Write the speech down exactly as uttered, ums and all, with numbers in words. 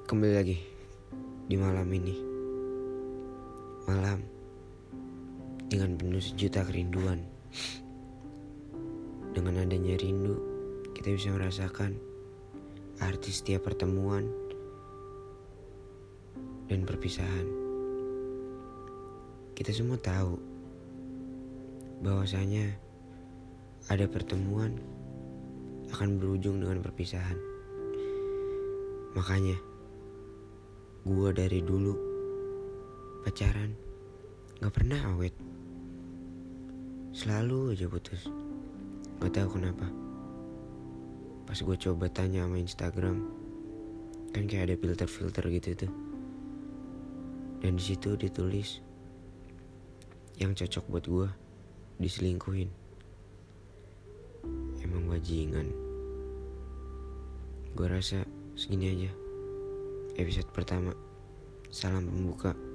Kembali lagi di malam ini. Malam dengan penuh sejuta kerinduan. Dengan adanya rindu, kita bisa merasakan arti setiap pertemuan dan perpisahan. Kita semua tahu bahwasanya ada pertemuan akan berujung dengan perpisahan. Makanya gua dari dulu pacaran gak pernah awet, selalu aja putus. Gak tahu kenapa. Pas gue coba tanya sama Instagram, kan kayak ada filter-filter gitu tuh, dan disitu ditulis yang cocok buat gue diselingkuhin. Emang bajingan. Gue rasa segini aja episode pertama. Salam pembuka.